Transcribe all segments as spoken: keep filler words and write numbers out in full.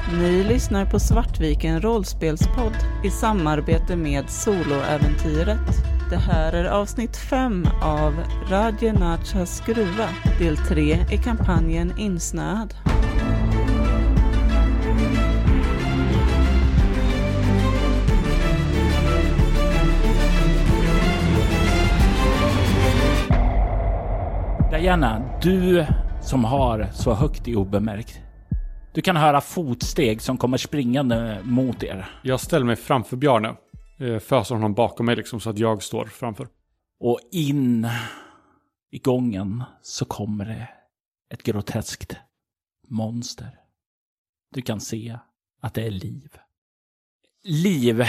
Ni lyssnar på Svartviken rollspelspodd i samarbete med Soloäventyret. Det här är avsnitt fem av Radio Nachas Skruva, del tre i kampanjen Insnöad. Diana, du som har så högt i obemärkt. Du kan höra fotsteg som kommer springande mot er. Jag ställer mig framför Bjarne. Föser honom bakom mig liksom, så att jag står framför. Och in i gången så kommer det ett groteskt monster. Du kan se att det är Liv. Liv,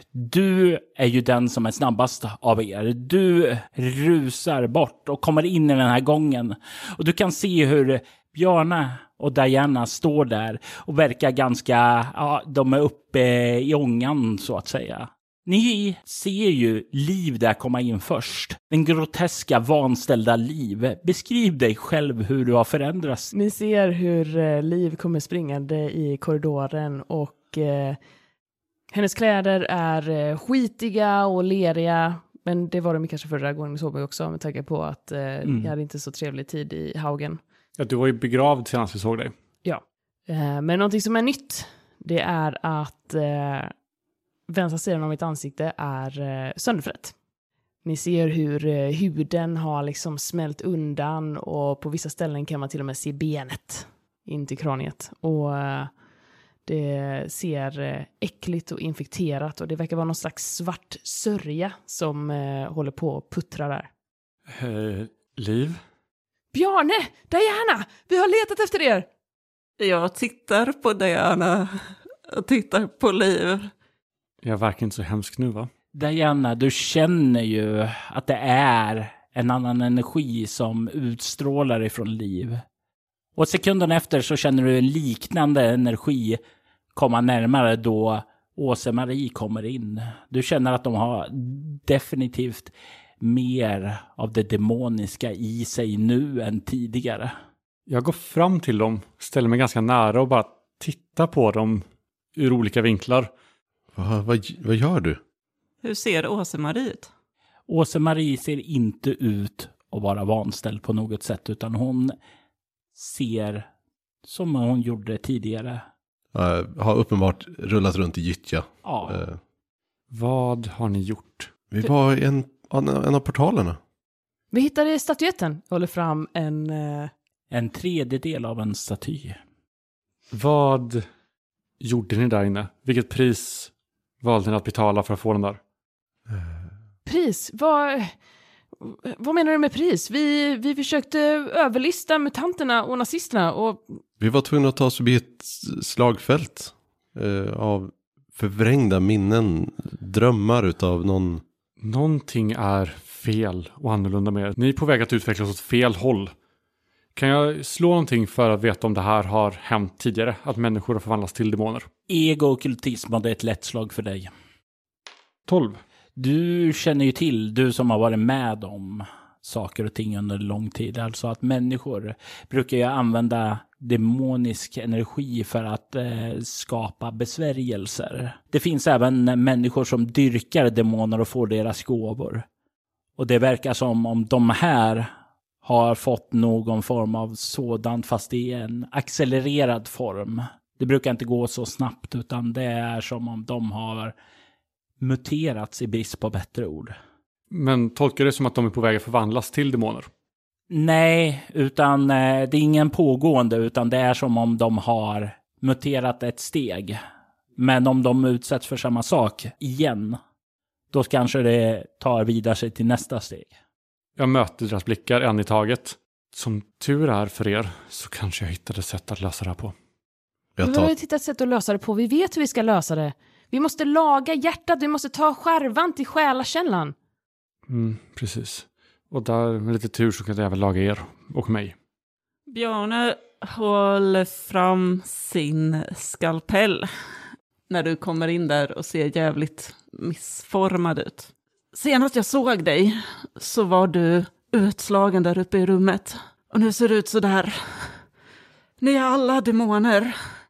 du är ju den som är snabbast av er. Du rusar bort och kommer in i den här gången. Och du kan se hur Bjarne och Diana står där och verkar ganska, ja, de är uppe i ångan så att säga. Ni ser ju Liv där komma in först. Den groteska, vanställda Liv. Beskriv dig själv hur du har förändrats. Ni ser hur Liv kommer springande i korridoren och eh, hennes kläder är skitiga och leriga. Men det var de kanske förra gången vi såg mig också, med tanke på att eh, mm. jag hade inte så trevlig tid i Haugen. Ja, du var ju begravd senast vi såg dig. Ja, eh, men någonting som är nytt, det är att eh, vänstra sidan av mitt ansikte är eh, sönderfrätt. Ni ser hur eh, huden har liksom smält undan och på vissa ställen kan man till och med se benet in till kraniet. Och eh, det ser eh, äckligt och infekterat och det verkar vara någon slags svart sörja som eh, håller på att puttra där. Eh, Liv? Bjarne! Diana! Vi har letat efter er! Jag tittar på Diana och tittar på Liv. Jag verkar inte så hemsk nu, va? Diana, du känner ju att det är en annan energi som utstrålar ifrån Liv. Och sekunden efter så känner du en liknande energi komma närmare då Åse-Marie kommer in. Du känner att de har definitivt mer av det demoniska i sig nu än tidigare. Jag går fram till dem, ställer mig ganska nära och bara tittar på dem ur olika vinklar. Va, vad, vad gör du? Hur ser Åse-Marie ut? Åse-Marie ser inte ut att vara vanställd på något sätt, utan hon ser som hon gjorde tidigare. Uh, har uppenbart rullat runt i gyttja. Ja. Uh, Vad har ni gjort? vi var i en, en, en av portalerna. Vi hittade statyetten. Jag håller fram en... Uh... En tredjedel av en staty. Vad gjorde ni där inne? Vilket pris valde ni att betala för att få den där? Pris? Vad, vad menar du med pris? Vi, vi försökte överlista mutanterna och nazisterna och... Vi var tvungna att ta oss förbi ett slagfält uh, av förvrängda minnen, drömmar utav någon... Någonting är fel och annorlunda med er. Ni är på väg att utvecklas åt fel håll. Kan jag slå någonting för att veta om det här har hänt tidigare? Att människor har förvandlats till demoner? Ego och kultism hade ett lätt slag för dig. tolv. Du känner ju till, du som har varit med om saker och ting under lång tid. Alltså att människor brukar ju använda demonisk energi för att eh, skapa besvärjelser. Det finns även människor som dyrkar demoner och får deras gåvor. Och det verkar som om de här har fått någon form av sådant, fast i en accelererad form. Det brukar inte gå så snabbt, utan det är som om de har muterats i brist på bättre ord. Men tolkar det som att de är på väg att förvandlas till demoner? Nej, utan eh, det är ingen pågående, utan det är som om de har muterat ett steg. Men om de utsätts för samma sak igen, då kanske det tar vidare sig till nästa steg. Jag möter deras blickar en i taget. Som tur är för er så kanske jag hittade sätt att lösa det här på. Jag tar... Vi har hittat sätt att lösa det på. Vi vet hur vi ska lösa det. Vi måste laga hjärtat. Vi måste ta skärvan till själakällan. Mm, precis. Och där med lite tur så kan jag även laga er och mig. Bjarne håller fram sin skalpell när du kommer in där och ser jävligt missformad ut. Senast jag såg dig så var du utslagen där uppe i rummet. Och nu ser det ut så där. Ni är alla demoner.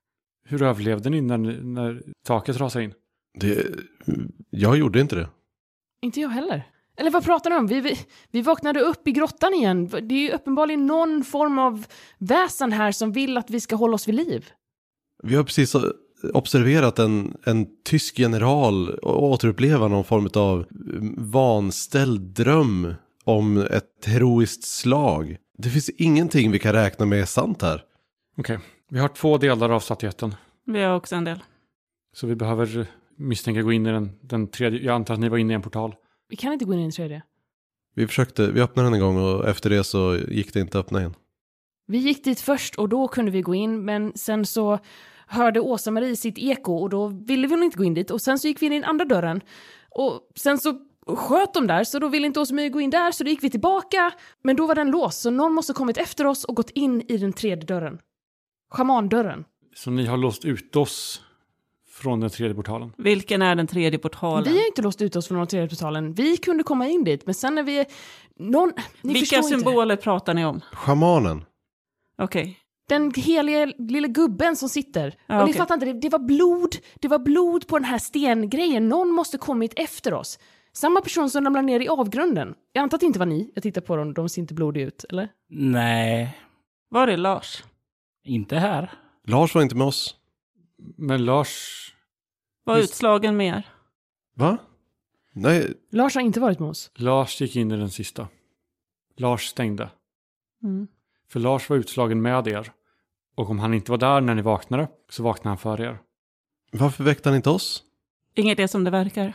Hur överlevde ni när, när taket rasade in? Det, jag gjorde inte det. Inte jag heller. Eller vad pratar du om? Vi, vi, vi vaknade upp i grottan igen. Det är ju uppenbarligen någon form av väsen här som vill att vi ska hålla oss vid liv. Vi har precis observerat en, en tysk general återuppleva någon form av vanställd dröm om ett heroiskt slag. Det finns ingenting vi kan räkna med är sant här. Okej, okay. Vi har två delar av statyetten. Vi har också en del. Så vi behöver misstänka gå in i den, den tredje. Jag antar att ni var inne i en portal. Vi kan inte gå in i den tredje. Vi försökte, vi öppnade den en gång och efter det så gick det inte att öppna igen. Vi gick dit först och då kunde vi gå in, men sen så hörde Åsa-Marie sitt eko och då ville vi inte gå in dit. Och sen så gick vi in i den andra dörren. Och sen så sköt de där, så då ville inte Åsa-Marie gå in där, så då gick vi tillbaka. Men då var den låst, så någon måste ha kommit efter oss och gått in i den tredje dörren. Schamandörren. Så ni har låst ut oss från den tredje portalen? Vilken är den tredje portalen? Vi har inte låst ut oss från den tredje portalen. Vi kunde komma in dit, men sen när vi... Någon... Ni Vilka symboler inte. Pratar ni om? Schamanen. Okej. Okay. Den heliga lilla gubben som sitter. Ah, och okay. ni fattar inte, det, det var blod. Det var blod på den här stengrejen. Någon måste kommit efter oss. Samma person som ramlade ner i avgrunden. Jag antar att det inte var ni. Jag tittar på dem, de ser inte blodiga ut, eller? Nej. Var är Lars? Inte här. Lars var inte med oss. Men Lars... Var Just... utslagen mer? Va? Nej. Lars har inte varit med oss. Lars gick in i den sista. Lars stängde. Mm. För Lars var utslagen med er. Och om han inte var där när ni vaknade, så vaknade han för er. Varför väckte han inte oss? Inget är som det verkar.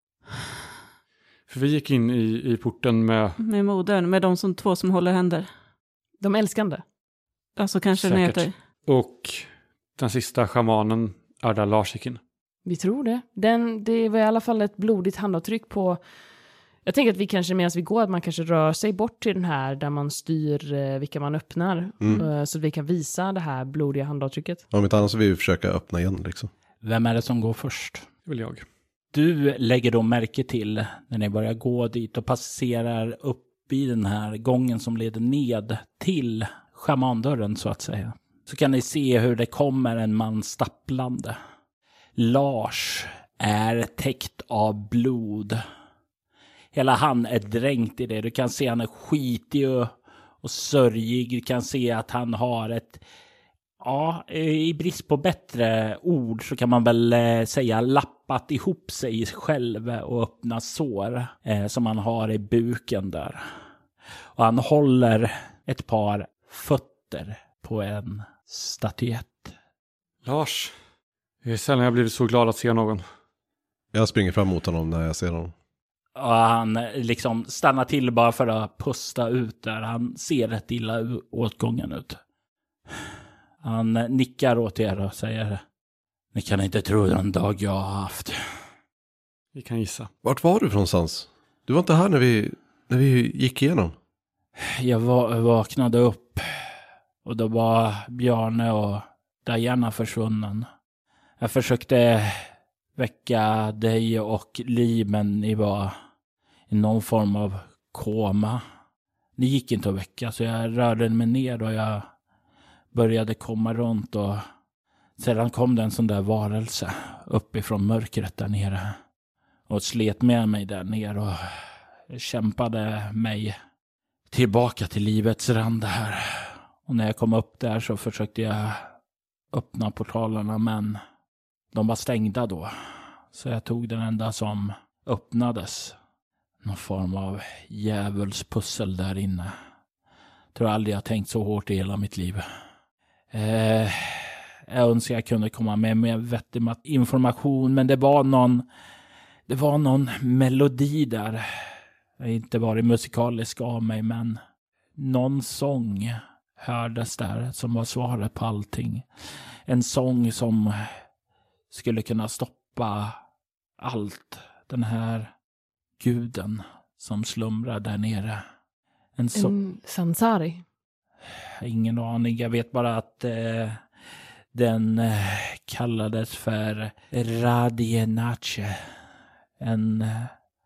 För vi gick in i, i porten med... Med modern, med de som, två som håller händer. De älskande. Alltså kanske den heter. Och den sista schamanen är där Lars gick in. Vi tror det. Den, det var i alla fall ett blodigt handavtryck på... Jag tänker att vi kanske medan vi går att man kanske rör sig bort till den här där man styr eh, vilka man öppnar. Mm. Eh, så att vi kan visa det här blodiga handavtrycket. Om inte annars så vill vi försöka öppna igen liksom. Vem är det som går först? Det vill jag. Du lägger då märke till när ni börjar gå dit och passerar upp i den här gången som leder ned till schamandörren så att säga. Så kan ni se hur det kommer en man stapplande. Lars är täckt av blod. Hela han är dränkt i det. Du kan se att han är skitig och, och sörjig. Du kan se att han har ett... Ja, i brist på bättre ord så kan man väl eh, säga lappat ihop sig själv och öppna sår eh, som han har i buken där. Och han håller ett par fötter på en statyett. Lars, det är sällan jag blivit så glad att se någon. Jag springer fram mot honom när jag ser honom. Och han liksom stannar till bara för att pusta ut där. Han ser rätt illa åtgången ut. Han nickar åt er och säger: ni kan inte tro den dag jag har haft. Vi kan gissa. Vart var du någonstans? Du var inte här när vi, när vi gick igenom. Jag var, vaknade upp och då var Bjarne och Diana försvunnen. Jag försökte väcka dig och Li, men ni var i någon form av koma. Ni gick inte att väcka, så jag rörde mig ner och jag började komma runt och sedan kom det en sån där varelse uppifrån mörkret där nere och slet med mig där nere och kämpade mig tillbaka till livets rand här. Och när jag kom upp där så försökte jag öppna portalerna, men de var stängda då. Så jag tog den enda som öppnades. Någon form av djävulspussel där inne. Jag tror aldrig jag tänkt så hårt i hela mitt liv. Eh, jag önskar jag kunde komma med mer vettig information, men det var någon det var någon melodi där. Jag har inte varit musikalisk av mig, men någon sång hördes där som var svaret på allting. En sång som skulle kunna stoppa allt. Den här guden som slumrar där nere. En, så- en Sansari. Ingen aning. Jag vet bara att eh, den eh, kallades för Radienache. En eh,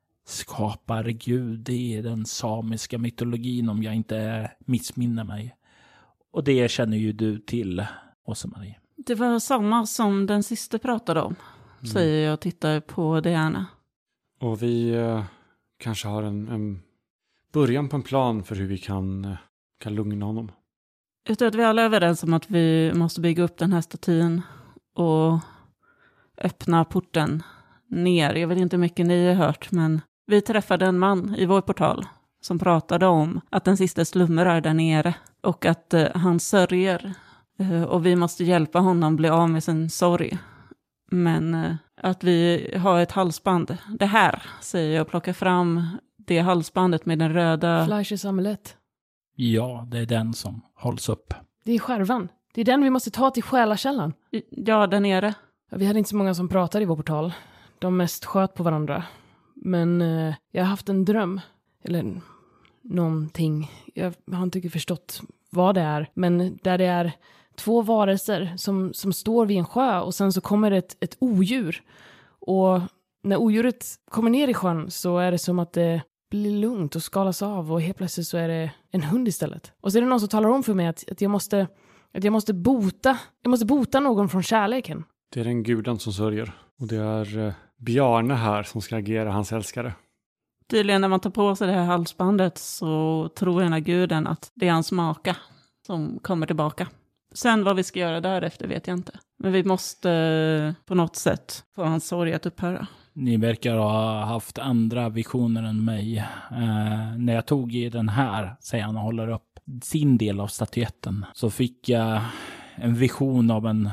skapargud i den samiska mytologin, om jag inte missminner mig. Och det känner ju du till, Åsa-Marie. Det var samma som den sista pratade om, mm. säger jag och tittar på Diana. Och vi eh, kanske har en, en början på en plan för hur vi kan, eh, kan lugna honom. Jag tror att vi alla är överens om att vi måste bygga upp den här statyn och öppna porten ner. Jag vet inte hur mycket ni har hört, men vi träffade en man i vår portal som pratade om att den sista slumrar där nere och att eh, han sörjer eh, och vi måste hjälpa honom bli av med sin sorg. Men eh, att vi har ett halsband. Det här, säger jag och plockar fram det halsbandet med den röda... Fleischers amulett. Ja, det är den som hålls upp. Det är skärvan. Det är den vi måste ta till själarkällan. Ja, där nere. Ja, vi hade inte så många som pratade i vår portal. De mest sköt på varandra. Men eh, jag har haft en dröm. Eller någonting. Jag har inte riktigt förstått vad det är. Men där det är två varelser som, som står vid en sjö. Och sen så kommer det ett, ett odjur. Och när odjuret kommer ner i sjön så är det som att det blir lugnt och skalas av. Och helt plötsligt så är det en hund istället. Och så är det någon som talar om för mig att, att, jag, måste, att jag måste bota. Jag måste bota någon från kärleken. Det är den guden som sörjer. Och det är eh, Bjarne här som ska agera hans älskare. Tydligen när man tar på sig det här halsbandet så tror den här guden att det är hans maka som kommer tillbaka. Sen vad vi ska göra därefter vet jag inte. Men vi måste eh, på något sätt få hans sorg att upphöra. Ni verkar ha haft andra visioner än mig. Eh, när jag tog i den här, säger han och håller upp sin del av statyetten, så fick jag en vision av en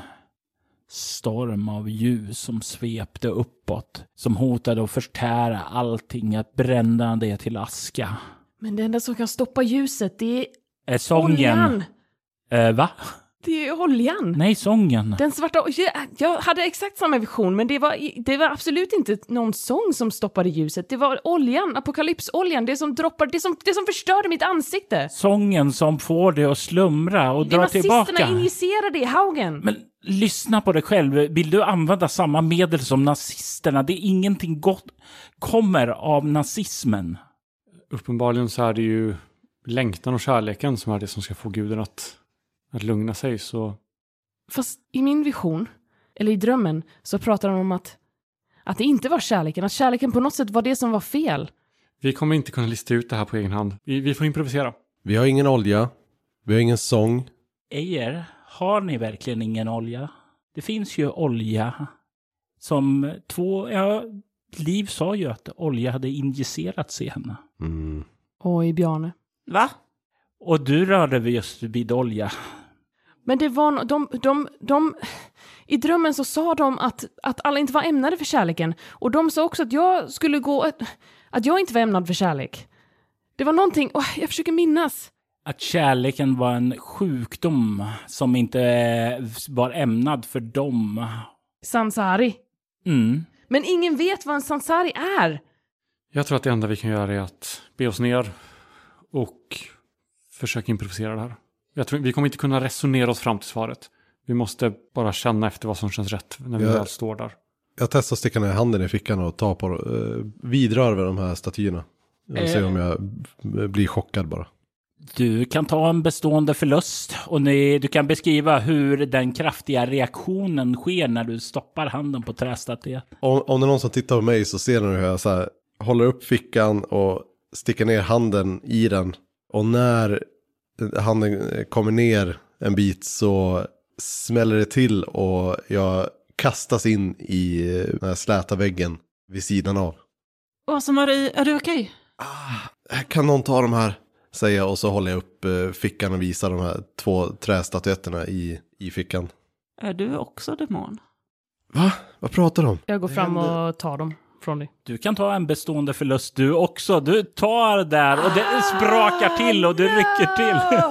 storm av ljus som svepte uppåt. Som hotade att förtära allting, att bränna det till aska. Men det enda som kan stoppa ljuset, det är, är sången. oljan. Eh, va? Det är oljan. Nej, sången. Den svarta... Jag, jag hade exakt samma vision, men det var, det var absolut inte någon sång som stoppade ljuset. Det var oljan, apokalypsoljan, det som droppar, det som, det som förstörde mitt ansikte. Sången som får det att slumra och det dra tillbaka. Det var nazisterna injicerade i Haugen. Men lyssna på dig själv. Vill du använda samma medel som nazisterna? Det är ingenting gott kommer av nazismen. Uppenbarligen så är det ju längtan och kärleken som är det som ska få guden att, att lugna sig. Så... Fast i min vision, eller i drömmen, så pratar de om att, att det inte var kärleken. Att kärleken på något sätt var det som var fel. Vi kommer inte kunna lista ut det här på egen hand. Vi, vi får improvisera. Vi har ingen olja. Vi har ingen sång. Ejer, har ni verkligen ingen olja? Det finns ju olja som två... Ja, Liv sa ju att olja hade injicerats i henne. Mm. Och i Bjarne. Va? Och du rörde vi just vid olja. Men det var... No- de, de, de, I drömmen så sa de att, att alla inte var ämnade för kärleken. Och de sa också att jag skulle gå... Att, att jag inte var ämnad för kärlek. Det var någonting... Oh, jag försöker minnas. Att kärleken var en sjukdom som inte var ämnad för dem. Sansari. Mm. Men ingen vet vad en sansari är. Jag tror att det enda vi kan göra är att be oss ner och försöka improvisera det här. Jag tror vi kommer inte kunna resonera oss fram till svaret. Vi måste bara känna efter vad som känns rätt när vi Ja. väl står där. Jag testar att sticka ner handen i fickan och ta på uh, vidrör över de här statyerna. Och Eh. se om jag b- blir chockad bara. Du kan ta en bestående förlust och ni, du kan beskriva hur den kraftiga reaktionen sker när du stoppar handen på trästatyet. Om, om det är någon som tittar på mig så ser ni hur jag så här, håller upp fickan och sticker ner handen i den. Och när handen kommer ner en bit så smäller det till och jag kastas in i den här släta väggen vid sidan av. Åsa Marie, är du okej? Ah, kan någon ta de här? Säger jag och så håller jag upp eh, fickan och visar de här två trästatyetterna i, i fickan. Är du också demon? Va? Vad pratar du om? Jag går Det fram händer. och tar dem från dig. Du kan ta en bestående förlust du också. Du tar där och det sprakar till och du rycker till.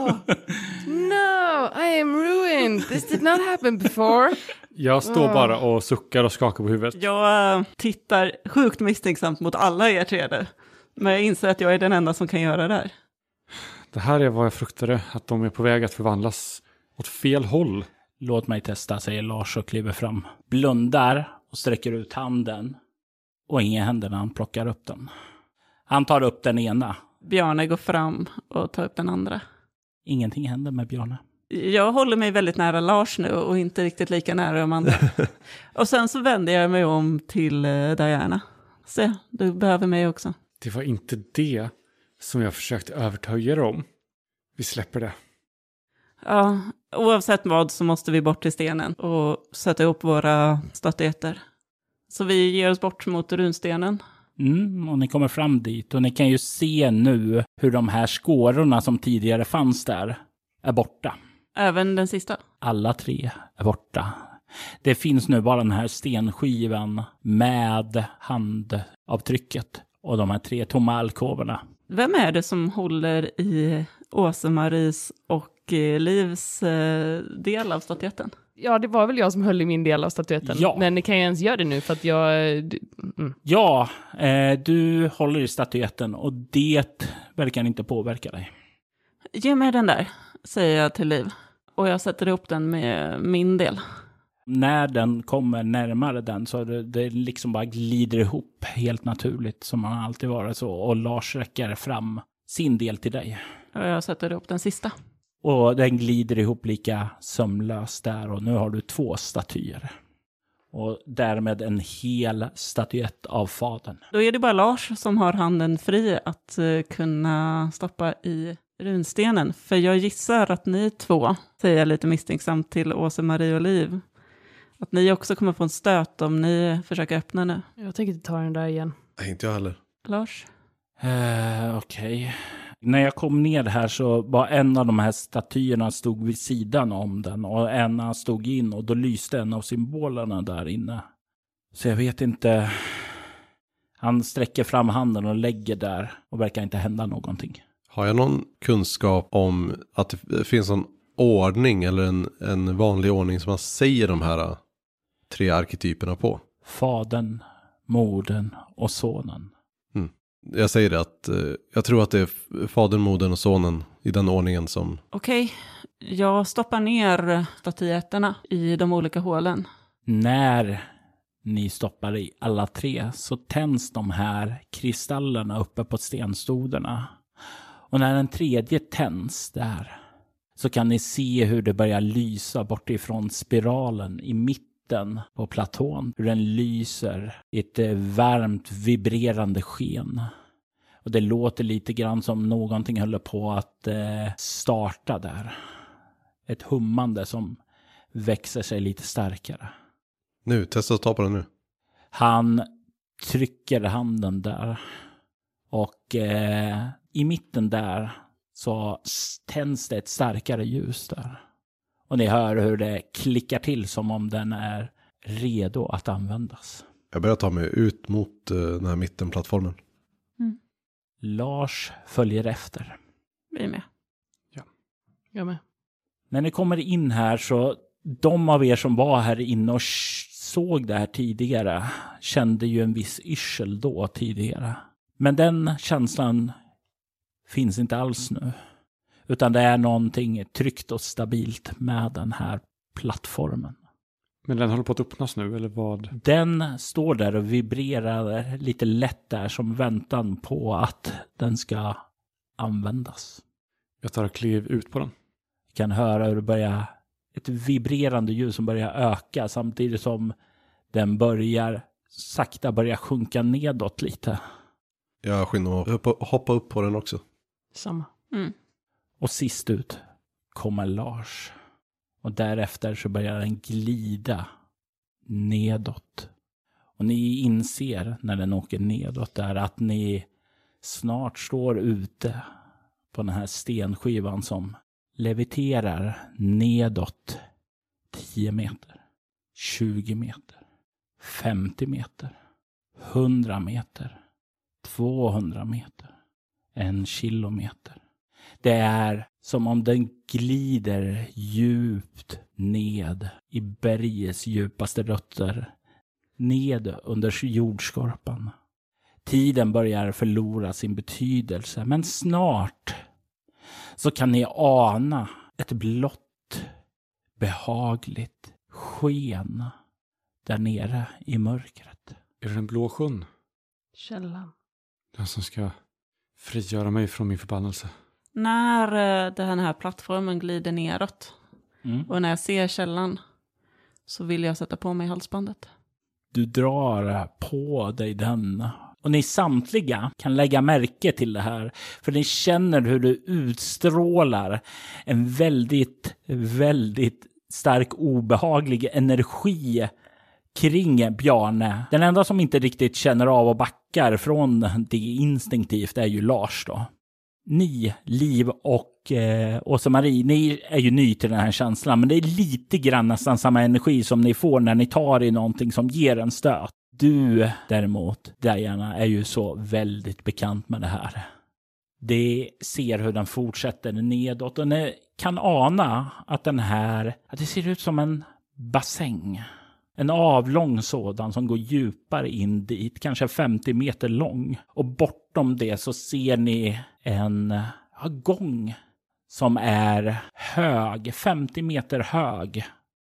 No, I am ruined. This did not happen before. Jag står bara och suckar och skakar på huvudet. Jag äh, tittar sjukt misstänksamt mot alla er tre där. Men jag inser att jag är den enda som kan göra det här. Det här är vad jag fruktade, att de är på väg att förvandlas åt fel håll. Låt mig testa, säger Lars och kliver fram. Blundar och sträcker ut handen. Och inget händer när han plockar upp den. Han tar upp den ena. Bjarne går fram och tar upp den andra. Ingenting händer med Bjarne. Jag håller mig väldigt nära Lars nu och inte riktigt lika nära Amanda. Och sen så vänder jag mig om till eh, Diana. Se, du behöver mig också. Det var inte det som jag försökte övertyga er om. Vi släpper det. Ja, oavsett vad så måste vi bort till stenen och sätta upp våra statyeter. Så vi ger oss bort mot runstenen. Mm, och ni kommer fram dit och ni kan ju se nu hur de här skårorna som tidigare fanns där är borta. Även den sista. Alla tre är borta. Det finns nu bara den här stenskivan med handavtrycket och de här tre tomma alkoverna. Vem är det som håller i Åse-Maries och eh, Livs eh, del av statyetten? Ja, det var väl jag som höll i min del av statyetten. Ja. Men kan jag ens göra det nu för att jag... Mm. Ja, eh, du håller i statyetten och det verkar inte påverka dig. Ge mig den där, säger jag till Liv. Och jag sätter ihop den med min del. När den kommer närmare den så det, det liksom bara glider ihop helt naturligt som man alltid varit så. Och Lars räcker fram sin del till dig. Och jag sätter ihop den sista. Och den glider ihop lika sömlöst där och nu har du två statyer. Och därmed en hel statyett av fadern. Då är det bara Lars som har handen fri att uh, kunna stoppa i runstenen. För jag gissar att ni två, säger jag lite misstänksamt till Åse-Marie och Liv, att ni också kommer få en stöt om ni försöker öppna nu. Jag tänker inte ta den där igen. Nej, inte jag heller. Lars? Uh, Okej. Okay. När jag kom ner här så var en av de här statyerna stod vid sidan om den. Och en stod in och då lyste en av symbolerna där inne. Så jag vet inte. Han sträcker fram handen och lägger där och verkar inte hända någonting. Har jag någon kunskap om att det finns en ordning eller en, en vanlig ordning som man säger de här tre arketyperna på? Fadern, modern och sonen. Mm. Jag säger det att eh, jag tror att det är fadern, modern och sonen i den ordningen som... Okej, jag stoppar ner statyetterna i de olika hålen. När ni stoppar i alla tre så tänds de här kristallerna uppe på stenstoderna. Och när den tredje tänds där så kan ni se hur det börjar lysa bort ifrån spiralen i mitten på platån. Hur den lyser i ett varmt vibrerande sken. Och det låter lite grann som någonting håller på att eh, starta där. Ett hummande som växer sig lite starkare. Nu, testa att ta på den nu. Han trycker handen där. Och eh, i mitten där så tänds det ett starkare ljus där. Och ni hör hur det klickar till som om den är redo att användas. Jag börjar ta mig ut mot uh, den här mittenplattformen. Mm. Lars följer efter. Vi är med. Jag med. När ni kommer in här så de av er som var här inne och såg det här tidigare kände ju en viss yrsel då tidigare. Men den känslan finns inte alls nu. Utan det är någonting tryggt och stabilt med den här plattformen. Men den håller på att öppnas nu, eller vad? Den står där och vibrerar lite lätt där som väntan på att den ska användas. Jag tar ett kliv ut på den. Du kan höra hur det börjar, ett vibrerande ljus som börjar öka samtidigt som den börjar sakta börja sjunka nedåt lite. Jag skyndar mig att hoppa upp på den också. Samma. Mm. Och sist ut kommer Lars. Och därefter så börjar den glida nedåt. Och ni inser när den åker nedåt där att ni snart står ute på den här stenskivan som leviterar nedåt tio meter, tjugo meter, femtio meter, hundra meter, tvåhundra meter, en kilometer. Det är som om den glider djupt ned i bergets djupaste rötter. Ned under jordskorpan. Tiden börjar förlora sin betydelse. Men snart så kan ni ana ett blått, behagligt sken där nere i mörkret. Är det den blå sjön? Källan. Den som ska frigöra mig från min förbannelse. När eh, den här plattformen glider neråt Mm. Och när jag ser källan så vill jag sätta på mig halsbandet. Du drar på dig den. Och ni samtliga kan lägga märke till det här. För ni känner hur du utstrålar en väldigt, väldigt stark obehaglig energi kring Bjarne. Den enda som inte riktigt känner av och backar från det instinktivt är ju Lars då. Ni, Liv och eh, Åsa-Marie, ni är ju ny till den här känslan. Men det är lite grann nästan samma energi som ni får när ni tar i någonting som ger en stöt. Du däremot, Diana, är ju så väldigt bekant med det här. Det ser hur den fortsätter nedåt och ni kan ana att den här, att det ser ut som en bassäng. En avlång sådan som går djupare in dit, kanske femtio meter lång. Och bortom det så ser ni en ja, gång som är hög, femtio meter hög.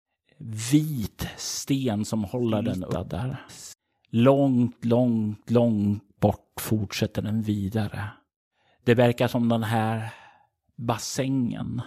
Vit sten som håller den upp där. Långt, långt, långt bort fortsätter den vidare. Det verkar som den här bassängen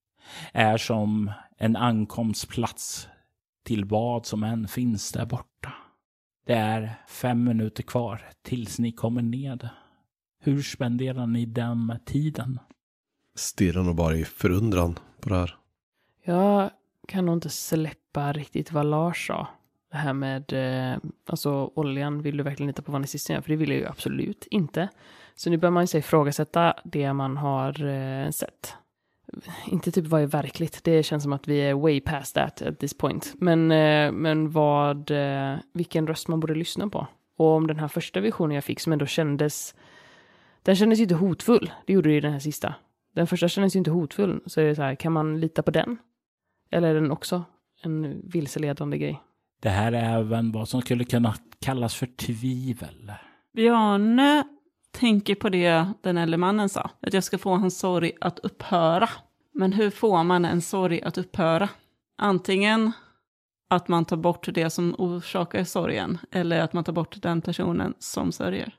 är som en ankomstplats till vad som än finns där borta. Det är fem minuter kvar tills ni kommer ned. Hur spenderar ni den tiden? Stirrar nog bara i förundran på det här. Jag kan nog inte släppa riktigt vad Lars sa. Det här med, eh, alltså oljan, vill du verkligen lita på vad ni säger? För det vill jag ju absolut inte. Så nu bör man ju sig ifrågasätta det man har eh, sett. Inte typ vad är verkligt. Det känns som att vi är way past that at this point. Men, eh, men vad, eh, vilken röst man borde lyssna på. Och om den här första visionen jag fick som ändå kändes, den kändes ju inte hotfull. Det gjorde det i den här sista. Den första kändes ju inte hotfull. Så är det så här, kan man lita på den? Eller är den också en vilseledande grej? Det här är även vad som skulle kunna kallas för tvivel. Bjarne tänker på det den äldre mannen sa. Att jag ska få hans sorg att upphöra. Men hur får man en sorg att upphöra? Antingen att man tar bort det som orsakar sorgen. Eller att man tar bort den personen som sörjer.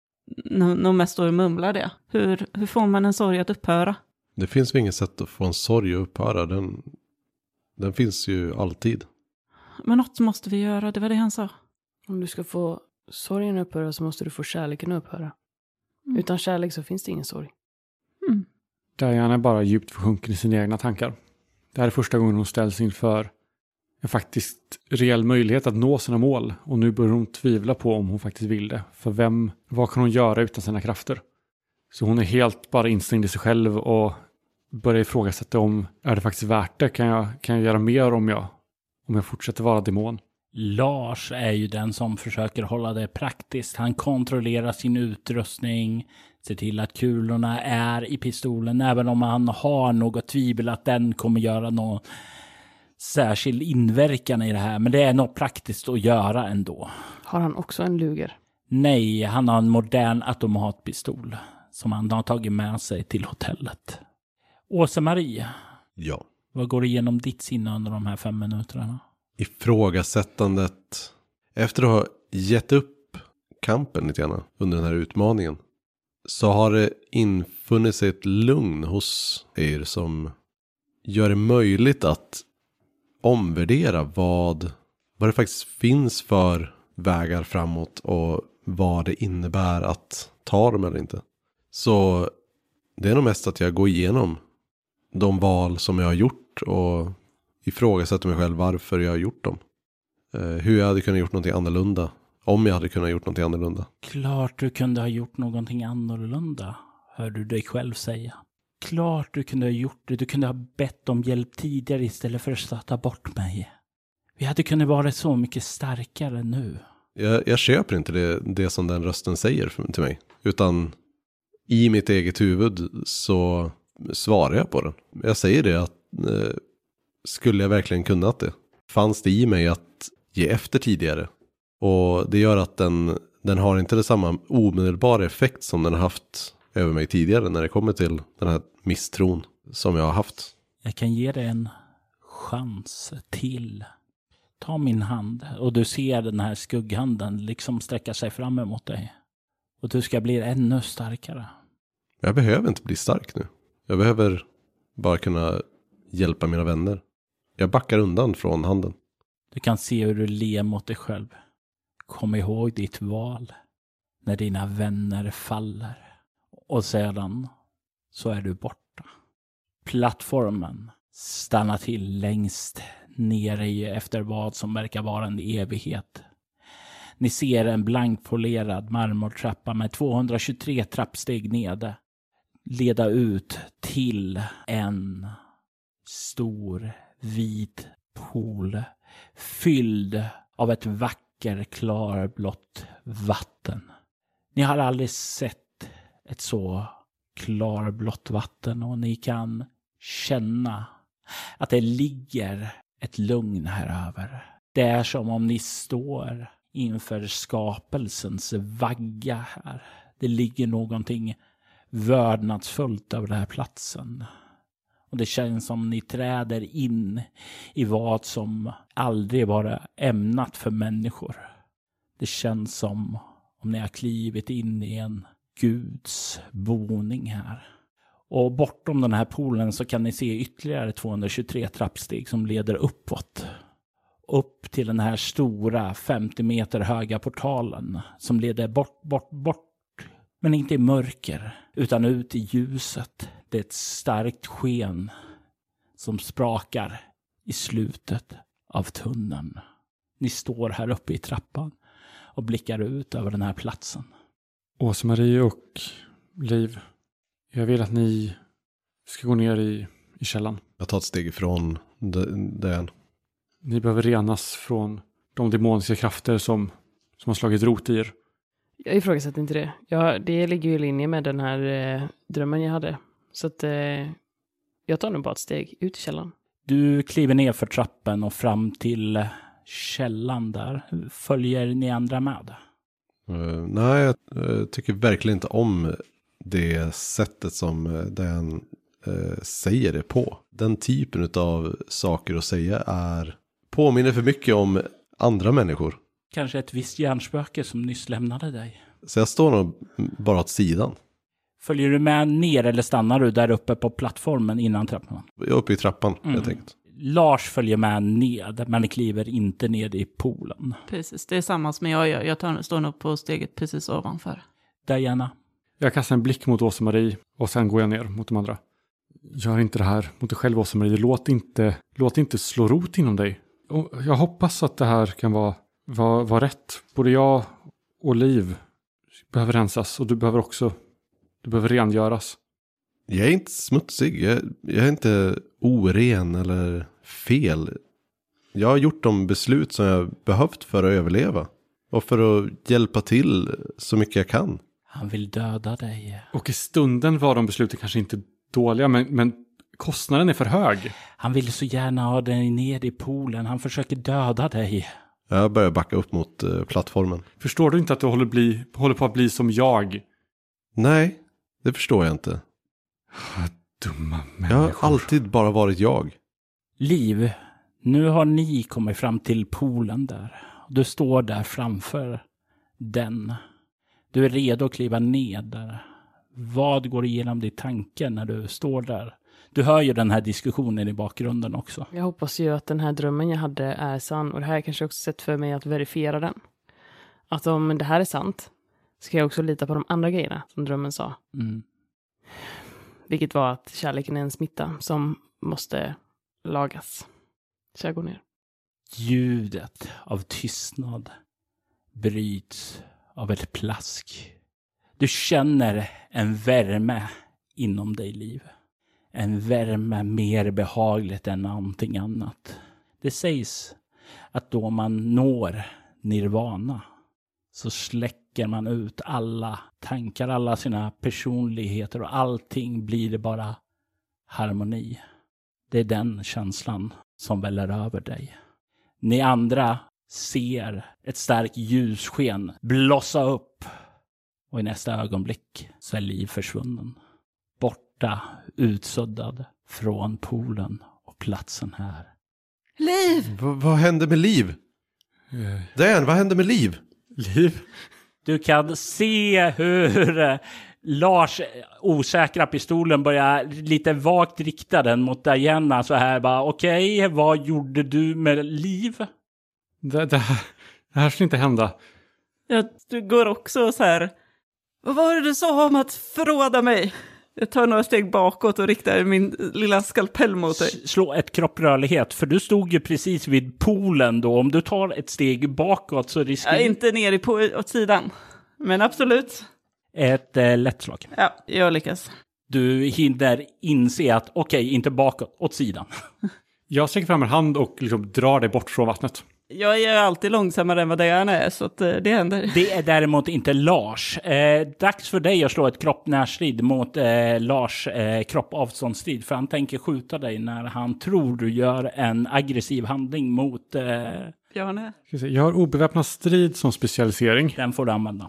Nog mest står och mumlar det. Hur, hur får man en sorg att upphöra? Det finns ju inget sätt att få en sorg att upphöra. Den, den finns ju alltid. Men något måste vi göra, det var det han sa. Om du ska få sorgen att upphöra så måste du få kärleken att upphöra. Mm. Utan kärlek så finns det ingen sorg. Mm. Diana är bara djupt försjunken i sina egna tankar. Det här är första gången hon ställs inför en faktiskt reell möjlighet att nå sina mål. Och nu börjar hon tvivla på om hon faktiskt vill det. För vem, vad kan hon göra utan sina krafter? Så hon är helt bara instängd i sig själv och börjar ifrågasätta om är det faktiskt värt det? Kan jag, kan jag göra mer om jag, om jag fortsätter vara demon? Lars är ju den som försöker hålla det praktiskt. Han kontrollerar sin utrustning, ser till att kulorna är i pistolen, även om han har något tvivel att den kommer göra någon särskild inverkan i det här. Men det är något praktiskt att göra ändå. Har han också en luger? Nej, han har en modern automatpistol som han har tagit med sig till hotellet. Åsa-Marie, Ja. vad går igenom ditt sinne under de här fem minuterna? Ifrågasättandet. Efter att ha gett upp kampen lite grann under den här utmaningen. Så har det infunnit sig ett lugn hos er som gör det möjligt att omvärdera vad, vad det faktiskt finns för vägar framåt och vad det innebär att ta dem eller inte. Så det är nog mest att jag går igenom de val som jag har gjort och ifrågasätter mig själv varför jag har gjort dem. Eh, hur jag hade kunnat gjort någonting annorlunda. Om jag hade kunnat gjort någonting annorlunda. Klart du kunde ha gjort någonting annorlunda, hör du dig själv säga. Klart du kunde ha gjort det. Du kunde ha bett om hjälp tidigare istället för att sätta bort mig. Vi hade kunnat vara så mycket starkare nu. Jag, jag köper inte det, det som den rösten säger för, till mig. Utan i mitt eget huvud så svarar jag på den. Jag säger det att eh, skulle jag verkligen kunnat det? Fanns det i mig att ge efter tidigare? Och det gör att den, den har inte det samma omedelbara effekt som den har haft över mig tidigare när det kommer till den här misstron som jag har haft. Jag kan ge dig en chans till. Ta min hand och du ser den här skugghanden liksom sträcka sig fram emot dig. Och du ska bli ännu starkare. Jag behöver inte bli stark nu. Jag behöver bara kunna hjälpa mina vänner. Jag backar undan från handen. Du kan se hur du ler mot dig själv. Kom ihåg ditt val när dina vänner faller. Och sedan så är du borta. Plattformen stannar till längst nere i efter vad som verkar vara en evighet. Ni ser en blankpolerad marmortrappa med tvåhundratjugotre trappsteg nere leda ut till en stor vit pool fylld av ett vacker klarblått vatten. Ni har aldrig sett ett så klarblått vatten och ni kan känna att det ligger ett lugn här över. Det är som om ni står inför skapelsens vagga här. Det ligger någonting vördnadsfullt över den här platsen. Och det känns som ni träder in i vad som aldrig var ämnat för människor. Det känns som om ni har klivit in i en Guds boning här. Och bortom den här poolen så kan ni se ytterligare tvåhundratjugotre trappsteg som leder uppåt. Upp till den här stora femtio meter höga portalen som leder bort, bort, bort. Men inte i mörker utan ut i ljuset. Det är ett starkt sken som sprakar i slutet av tunneln. Ni står här uppe i trappan och blickar ut över den här platsen. Åsa-Marie och Liv, jag vill att ni ska gå ner i, i källan. Jag tar ett steg ifrån den. Ni behöver renas från de demoniska krafter som, som har slagit rot i er. Jag ifrågasätter inte det. Ja, det ligger ju i linje med den här eh, drömmen jag hade. Så att eh, jag tar nog bara ett steg ut i källan. Du kliver ner för trappen och fram till källan där. Följer ni andra med? Uh, nej, jag uh, tycker verkligen inte om det sättet som uh, den uh, säger det på. Den typen av saker att säga är påminner för mycket om andra människor. Kanske ett visst hjärnspöke som nyss lämnade dig. Så jag står nog bara åt sidan. Följer du med ner eller stannar du där uppe på plattformen innan trappan? Jag är uppe i trappan, mm. helt enkelt. Lars följer med ned, men kliver inte ned i poolen. Precis, det är samma som jag gör. Jag tar, står nog på steget precis ovanför. Diana? Jag kastar en blick mot Åsa-Marie och sen går jag ner mot de andra. Gör inte det här mot dig själv, Åsa-Marie. Låt inte, låt inte slå rot inom dig. Och jag hoppas att det här kan vara, vara, vara rätt. Både jag och Liv behöver rensas och du behöver också du behöver rengöras. Jag är inte smutsig. Jag, jag är inte oren eller fel. Jag har gjort de beslut som jag behövt för att överleva. Och för att hjälpa till så mycket jag kan. Han vill döda dig. Och i stunden var de besluten kanske inte dåliga, men, men kostnaden är för hög. Han vill så gärna ha dig ner i poolen. Han försöker döda dig. Jag börjar backa upp mot uh, plattformen. Förstår du inte att du håller, bli, håller på att bli som jag? Nej, det förstår jag inte. Dumma människor. Jag har alltid bara varit jag. Liv, nu har ni kommit fram till poolen där. Du står där framför den. Du är redo att kliva ner där. Vad går igenom din tanke när du står där? Du hör ju den här diskussionen i bakgrunden också. Jag hoppas ju att den här drömmen jag hade är sann. Och det här är kanske också sätt för mig att verifiera den. Att om det här är sant ska jag också lita på de andra grejerna som drömmen sa. Mm. Vilket var att kärleken är en smitta som måste lagas. Så jag går ner. Ljudet av tystnad bryts av ett plask. Du känner en värme inom dig, Liv. En värme mer behagligt än någonting annat. Det sägs att då man når nirvana så släcker man ut alla tankar, alla sina personligheter och allting blir det bara harmoni. Det är den känslan som väller över dig. Ni andra ser ett starkt ljussken blossa upp och i nästa ögonblick så är Liv försvunnen. Borta, utsuddad från poolen och platsen här. Liv! V- vad hände med Liv? Uh. Dan, vad hände med Liv? Liv? Du kan se hur Lars osäkra pistolen börjar lite vagt rikta den mot Diana så här bara, okej, okay, vad gjorde du med Liv? Det, det, här, det här skulle inte hända. Ja, du går också så här, vad var det du sa om att förråda mig? Jag tar några steg bakåt och riktar min lilla skalpell mot dig. Slå ett kropprörlighet, för du stod ju precis vid poolen då. Om du tar ett steg bakåt så riskerar... Jag är inte ner i på, åt sidan, men absolut. Ett eh, lätt slag. Ja, jag lyckas. Du hinner inse att, okej, okay, inte bakåt, åt sidan. Jag sträcker fram en hand och liksom drar dig bort från vattnet. Jag är alltid långsammare än vad Diana är, så att, eh, det händer. Det är däremot inte Lars. Eh, dags för dig att slå ett kroppnärstrid mot eh, Lars eh, kroppavståndsstrid. För han tänker skjuta dig när han tror du gör en aggressiv handling mot... Eh, Bjarne. Jag har obeväpnad strid som specialisering. Den får du använda.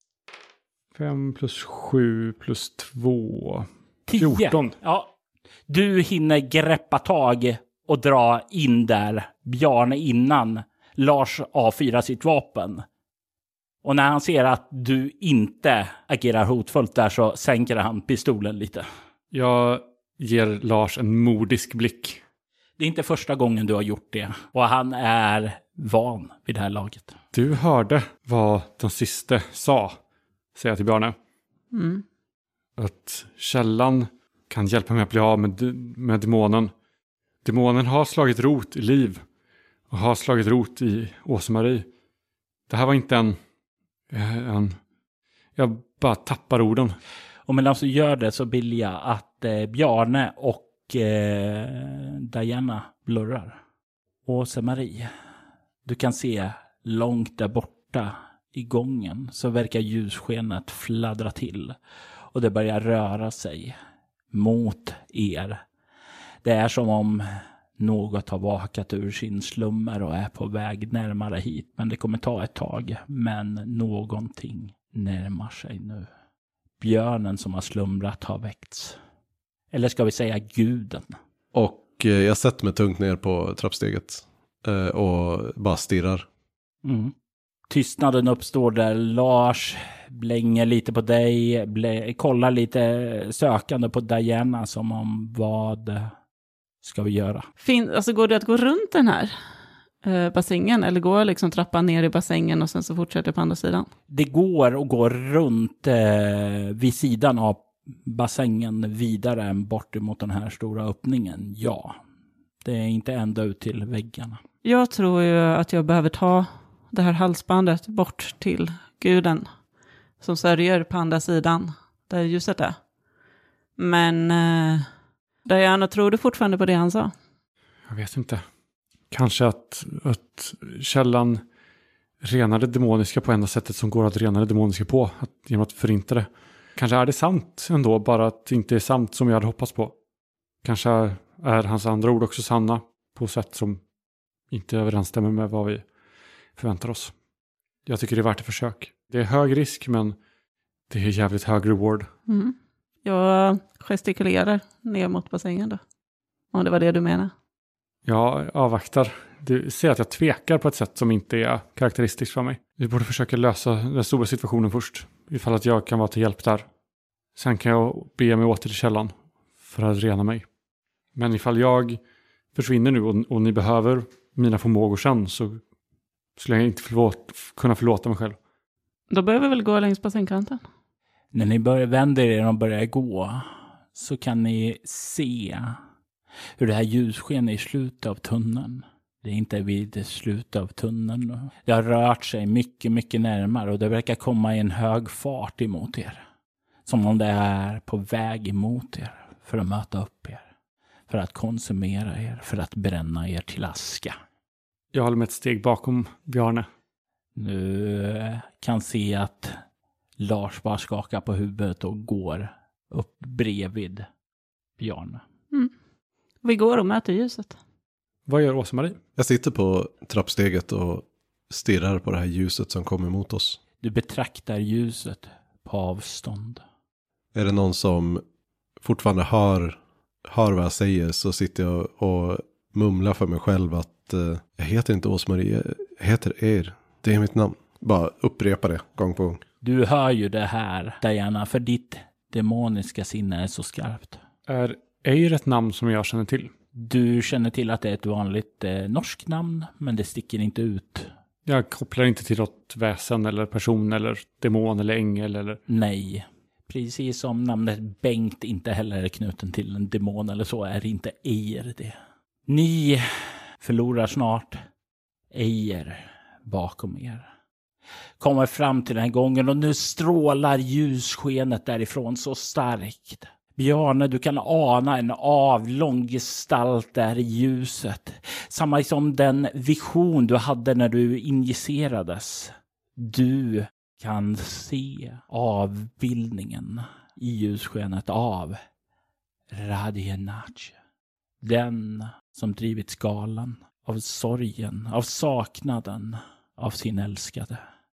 fem plus sju plus två. tio. fjorton. Ja. Du hinner greppa tag och dra in där Bjarne innan Lars avfyrar sitt vapen. Och när han ser att du inte agerar hotfullt där så sänker han pistolen lite. Jag ger Lars en modisk blick. Det är inte första gången du har gjort det. Och han är van vid det här laget. Du hörde vad den sista sa, säger jag till Bjarne. Mm. Att källan kan hjälpa mig att bli av med, med demonen. Demonen har slagit rot i Liv. Och har slagit rot i Åsa-Marie. Det här var inte en, en... Jag bara tappar orden. Och medan du gör det så vill jag att eh, Bjarne och eh, Diana blurrar. Åsa-Marie, du kan se långt där borta i gången så verkar ljusskenet fladdra till. Och det börjar röra sig mot er. Det är som om något har vakat ur sin slummer och är på väg närmare hit. Men det kommer ta ett tag. Men någonting närmar sig nu. Björnen som har slumrat har väckts. Eller ska vi säga guden. Och eh, jag sätter mig tungt ner på trappsteget. Eh, och bara stirrar. Mm. Tystnaden uppstår där Lars blänger lite på dig. Blä, kollar lite sökande på Diana som om vad ska vi göra? Fin, alltså går det att gå runt den här eh, bassängen? Eller går jag liksom trappan ner i bassängen och sen så fortsätter på andra sidan? Det går att gå runt eh, vid sidan av bassängen vidare än bort emot den här stora öppningen. Ja, det är inte ända ut till väggarna. Jag tror ju att jag behöver ta det här halsbandet bort till guden som sörjer på andra sidan där ljuset är. Men eh, Diana, tror du fortfarande på det han sa? Jag vet inte. Kanske att, att källan renar det demoniska på enda sättet som går att rena det demoniska på. Att, genom att förinta det. Kanske är det sant ändå, bara att det inte är sant som jag hade hoppats på. Kanske är, är hans andra ord också sanna på sätt som inte överensstämmer med vad vi förväntar oss. Jag tycker det är värt ett försök. Det är hög risk, men det är jävligt hög reward. Mm. Jag gestikulerar ner mot bassängen då. Om det var det du menar. Jag avvaktar. Du ser att jag tvekar på ett sätt som inte är karaktäristiskt för mig. Vi borde försöka lösa den stora situationen först. Ifall att jag kan vara till hjälp där. Sen kan jag be mig åter till källan för att rena mig. Men ifall jag försvinner nu och, och ni behöver mina förmågor sen så skulle jag inte förlåt, kunna förlåta mig själv. Då börjar vi väl gå längs bassängkanten. När ni börjar vända er och börjar gå så kan ni se hur det här ljussken är i slutet av tunneln. Det är inte vid slutet av tunneln. Det har rört sig mycket, mycket närmare och det verkar komma i en hög fart emot er. Som om det är på väg emot er för att möta upp er. För att konsumera er, för att bränna er till aska. Jag håller med ett steg bakom Bjarne. Nu kan se att Lars bara skakar på huvudet och går upp bredvid Bjarne. Mm. Vi går och möter ljuset. Vad gör Åsa-Marie? Jag sitter på trappsteget och stirrar på det här ljuset som kommer mot oss. Du betraktar ljuset på avstånd. Är det någon som fortfarande hör, hör vad jag säger så sitter jag och mumlar för mig själv att eh, jag heter inte Åsa-Marie, jag heter er. Det är mitt namn. Bara upprepa det gång på gång. Du hör ju det här, Diana, för ditt demoniska sinne är så skarpt. Är Eir ett namn som jag känner till? Du känner till att det är ett vanligt eh, norskt namn, men det sticker inte ut. Jag kopplar inte till något väsen eller person eller demon eller ängel eller... Nej. Precis som namnet Bengt inte heller är knuten till en demon eller så, är inte Eir det. Ni förlorar snart Eir bakom er. Kommer fram till den här gången och nu strålar ljusskenet därifrån så starkt. Bjarne, du kan ana en avlång gestalt där i ljuset. Samma som den vision du hade när du injicerades. Du kan se avbildningen i ljusskenet av Radienach. Den som drivit skalan av sorgen, av saknaden av sin älskade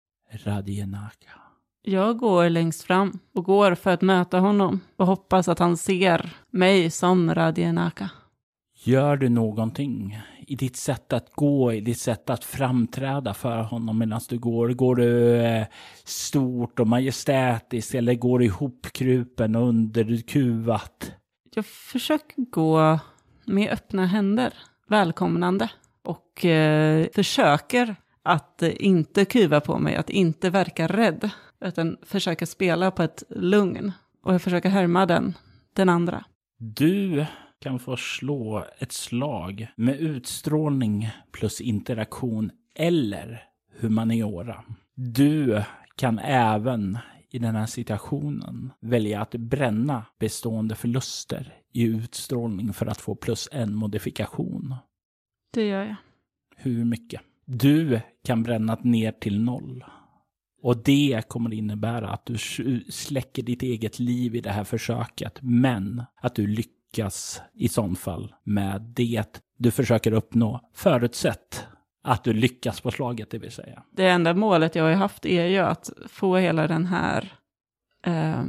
Radienaka. Jag går längst fram och går för att möta honom och hoppas att han ser mig som Radienaka. Gör du någonting i ditt sätt att gå, i ditt sätt att framträda för honom medan du går? Går du eh, stort och majestätiskt eller går du ihopkrupen och underkuvat? Jag försöker gå med öppna händer, välkomnande, och eh, försöker att eh, inte kuva på mig, att inte verka rädd, utan försöka spela på ett lugn. Och jag försöker härma den, den andra. Du kan få slå ett slag med utstrålning plus interaktion eller humaniora. Du kan även i den här situationen välja att bränna bestående förluster i utstrålning för att få plus en modifikation. Det gör jag. Hur mycket? Du kan bränna ner till noll. Och det kommer innebära att du släcker ditt eget liv i det här försöket. Men att du lyckas i sån fall med det du försöker uppnå. Förutsatt att du lyckas på slaget, det vill säga. Det enda målet jag har haft är ju att få hela den här eh,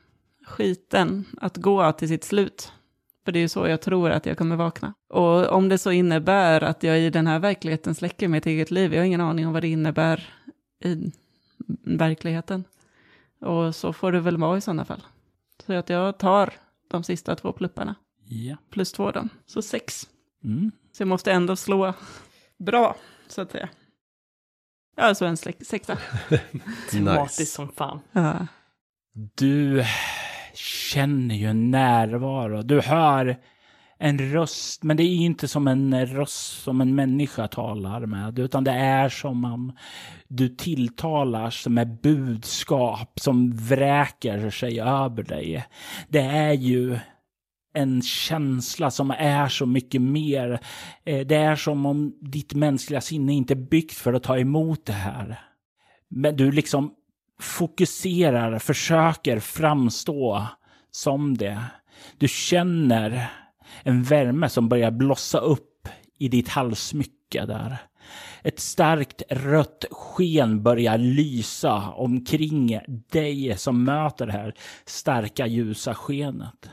skiten att gå till sitt slut. För det är ju så jag tror att jag kommer vakna. Och om det så innebär att jag i den här verkligheten släcker mitt eget liv. Jag har ingen aning om vad det innebär i verkligheten. Och så får det väl vara i sådana fall. Så att jag tar de sista två plupparna. Ja. Plus två då. Så sex. Mm. Så jag måste ändå slå bra, så att säga. Ja, så en släck- sexa. Tematiskt Nice. som fan. Ja. Du känner ju en närvaro. Du hör en röst, men det är inte som en röst som en människa talar med, utan det är som om du tilltalas med budskap som vräker sig över dig. Det är ju en känsla som är så mycket mer. Det är som om ditt mänskliga sinne inte är byggt för att ta emot det här. Men du liksom fokuserar, försöker framstå som det. Du känner en värme som börjar blossa upp i ditt halssmycke där. Ett starkt rött sken börjar lysa omkring dig som möter det här starka ljusa skenet.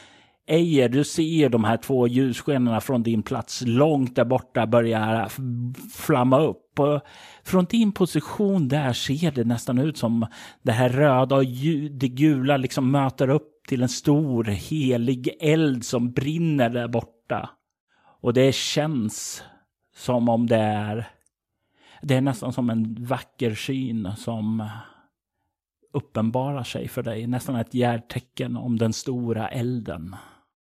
Eir, du ser de här två ljusskenorna från din plats långt där borta börjar flamma upp. Och från din position där ser det nästan ut som det här röda och det gula liksom möter upp till en stor helig eld som brinner där borta. Och det känns som om det är det är nästan som en vacker syn som uppenbarar sig för dig. Nästan ett hjärtecken om den stora elden.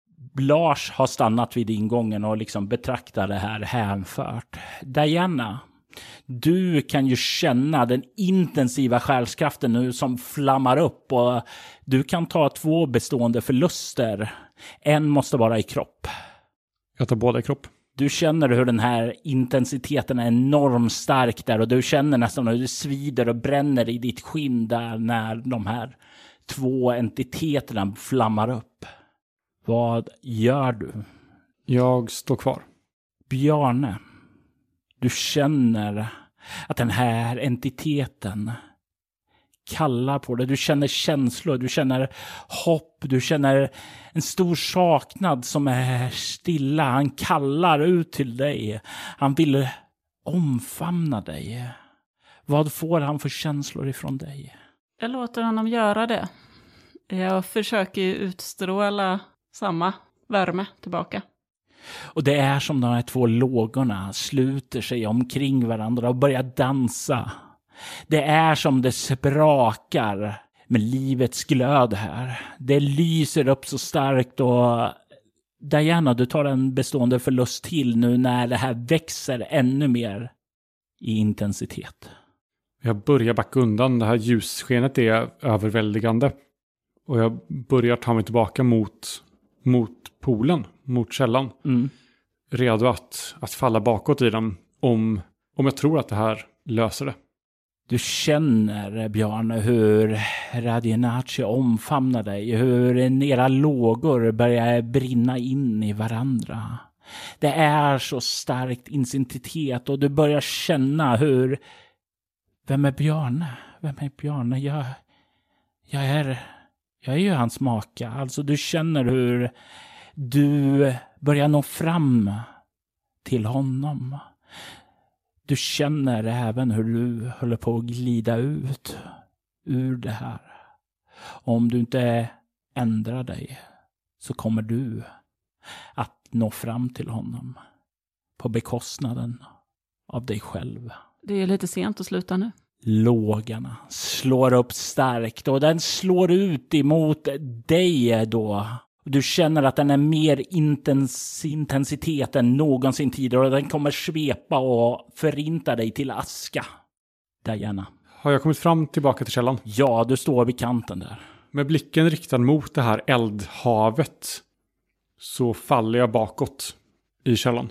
Lars har stannat vid ingången och liksom betraktar det här hänfört. Diana, du kan ju känna den intensiva själskraften nu som flammar upp och du kan ta två bestående förluster. En måste vara i kropp. Jag tar båda i kropp. Du känner hur den här intensiteten är enormt stark där och du känner nästan hur det svider och bränner i ditt skinn där när de här två entiteterna flammar upp. Vad gör du? Jag står kvar. Bjarne, du känner att den här entiteten kallar på dig. Du känner känslor, du känner hopp, du känner en stor saknad som är stilla. Han kallar ut till dig. Han vill omfamna dig. Vad får han för känslor ifrån dig? Jag låter honom göra det. Jag försöker ju utstråla samma värme tillbaka. Och det är som de här två lågorna sluter sig omkring varandra och börjar dansa. Det är som det sprakar med livets glöd här. Det lyser upp så starkt och Diana, du tar en bestående förlust till nu när det här växer ännu mer i intensitet. Jag börjar backa undan. Det här ljusskenet är överväldigande. Och jag börjar ta mig tillbaka mot, mot poolen, mot källan. Mm. Redo att, att falla bakåt i den om, om jag tror att det här löser det. Du känner, Björn, hur Radionace omfamnar dig. Hur era lågor börjar brinna in i varandra. Det är så starkt intensitet och du börjar känna hur... Vem är Björne? Vem är Björne? Jag, jag, är, jag är ju hans maka. Alltså du känner hur du börjar nå fram till honom. Du känner även hur du håller på att glida ut ur det här. Om du inte ändrar dig så kommer du att nå fram till honom på bekostnaden av dig själv. Det är lite sent att sluta nu. Lågarna slår upp starkt och den slår ut emot dig då. Du känner att den är mer intens- intensitet än någonsin tidigare och den kommer svepa och förinta dig till aska. Diana. Har jag kommit fram tillbaka till källan? Ja, du står vid kanten där. Med blicken riktad mot det här eldhavet så faller jag bakåt i källan.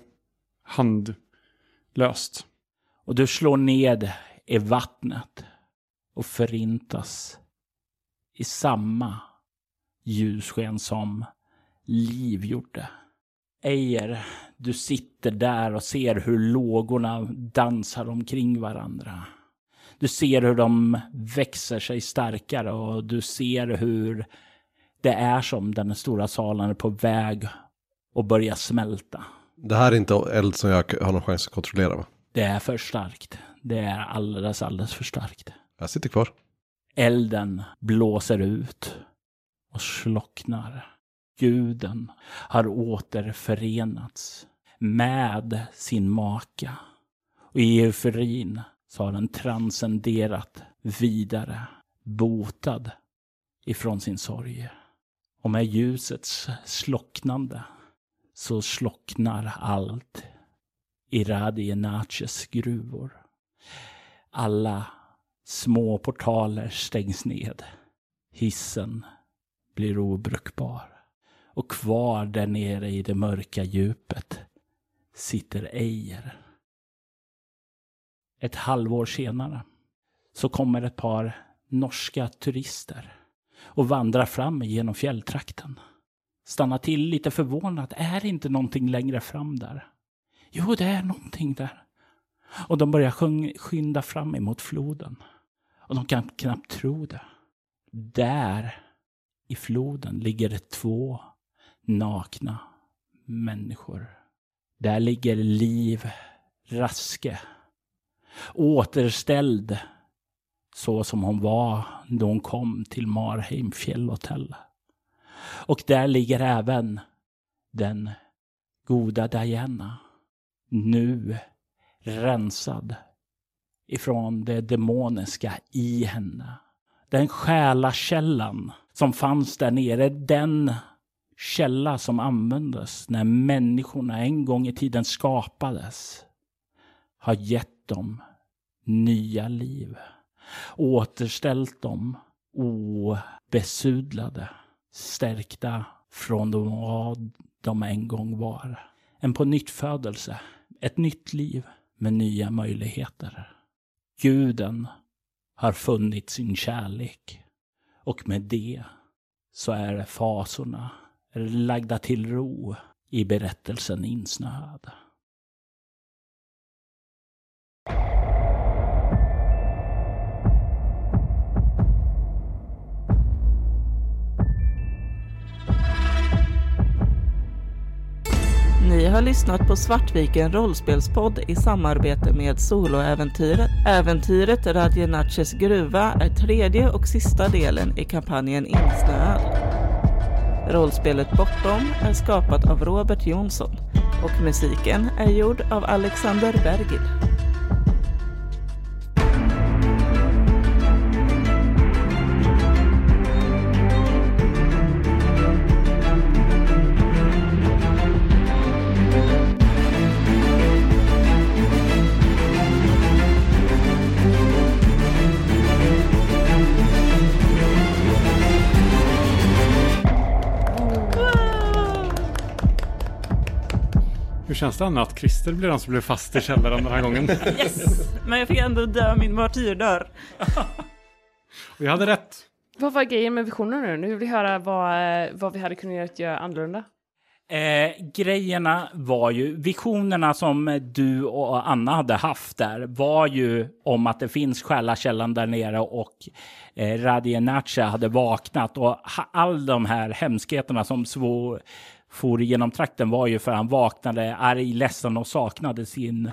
Handlöst. Och du slår ned i vattnet och förintas i samma ljussken som Liv gjorde. Eir, du sitter där och ser hur lågorna dansar omkring varandra. Du ser hur de växer sig starkare och du ser hur det är som den stora salen är på väg att börja smälta. Det här är inte eld som jag har någon chans att kontrollera, va? Det är för starkt. Det är alldeles, alldeles för starkt. Jag sitter kvar. Elden blåser ut och slocknar. Guden har återförenats med sin maka. Och i euforin så har den transcenderat vidare, botad ifrån sin sorg. Och med ljusets slocknande så slocknar allt i Radionaces gruvor. Alla små portaler stängs ned. Hissen blir obrukbar. Och kvar där nere i det mörka djupet sitter Eir. Ett halvår senare så kommer ett par norska turister och vandrar fram genom fjälltrakten. Stannar till lite förvånat. Är det inte någonting längre fram där? Jo, det är någonting där. Och de börjar sjung- skynda fram emot floden. Och de kan knappt tro det. Där i floden ligger det två nakna människor. Där ligger Liv Raske. Återställd så som hon var då hon kom till Marheim fjällhotell. Och där ligger även den goda Diana. Nu rensad ifrån det demoniska i henne. Den själakällan som fanns där nere, den källa som användes när människorna en gång i tiden skapades, har gett dem nya liv. Återställt dem obesudlade, stärkta från vad de en gång var. En på nytt födelse, ett nytt liv med nya möjligheter. Guden har funnit sin kärlek och med det så är fasorna lagda till ro i berättelsen insnöad. Ni har lyssnat på Svartviken rollspelspodd i samarbete med Soloäventyret. Äventyret Radjenaches gruva är tredje och sista delen i kampanjen Insnöad. Rollspelet Bortom är skapat av Robert Jonsson och musiken är gjord av Alexander Bergil. Hur känns det, Anna, att Christer blir den som blev fast i källaren den här gången? Yes! Men jag fick ändå dö min martyrdör. Och jag hade rätt. Vad var grejen med visionen nu? Nu vill vi höra vad, vad vi hade kunnat göra annorlunda. Eh, grejerna var ju, visionerna som du och Anna hade haft där var ju om att det finns själakällan där nere och eh, Radjenache hade vaknat och ha, all de här hemskheterna som svor for genom trakten var ju för han vaknade arg, ledsen och saknade sin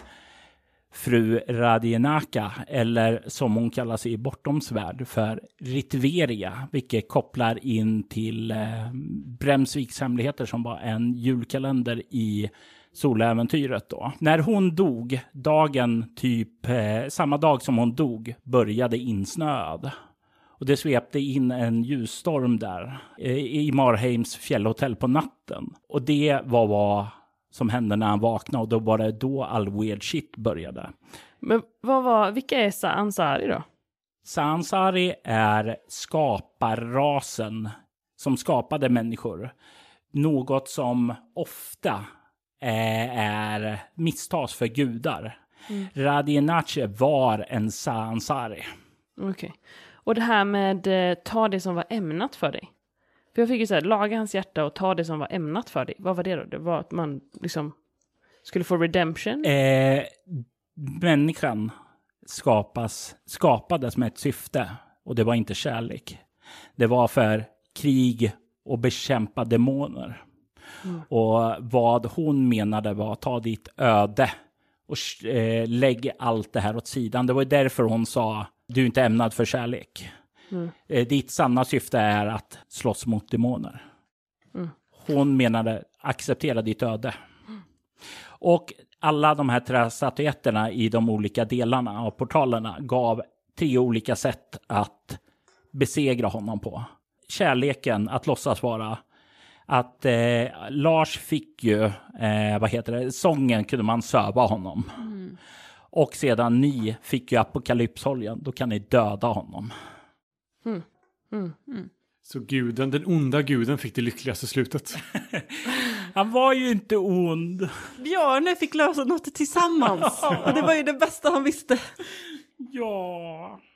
fru Radjenaka, eller som hon kallas i Bortoms värld för Ritveria, vilket kopplar in till eh, Bremsviks hemligheter som var en julkalender i Soläventyret då. När hon dog, dagen typ eh, samma dag som hon dog, började insnöad. Och det svepte in en ljusstorm där eh, i Marheims fjällhotell på natten. Och det var vad som hände när han vaknade, och då var det då all weird shit började. Men vad var, vilka är Saansari då? Saansari är skaparrasen som skapade människor. Något som ofta är, är misstas för gudar. Mm. Radjenache var en Saansari. Okej. Okay. Och det här med eh, ta det som var ämnat för dig. För jag fick ju så här, laga hans hjärta och ta det som var ämnat för dig. Vad var det då? Det var att man liksom skulle få redemption? Eh, människan skapas, skapades med ett syfte. Och det var inte kärlek. Det var för krig och bekämpa demoner. Mm. Och vad hon menade var att ta ditt öde och eh, lägg allt det här åt sidan. Det var därför hon sa, du är inte ämnad för kärlek. Mm. Eh, ditt sanna syfte är att slåss mot demoner. Mm. Hon menade, acceptera ditt öde. Mm. Och alla de här tre statyetterna i de olika delarna av portalerna gav tre olika sätt att besegra honom på. Kärleken, att låtsas vara. Att eh, Lars fick ju, eh, vad heter det, sången kunde man söva honom. Mm. Och sedan ni fick ju apokalypsoljan, då kan ni döda honom. Mm. Mm. Mm. Så guden, den onda guden fick det lyckligaste slutet. Han var ju inte ond. Björne fick lösa något tillsammans. Och det var ju det bästa han visste. Ja.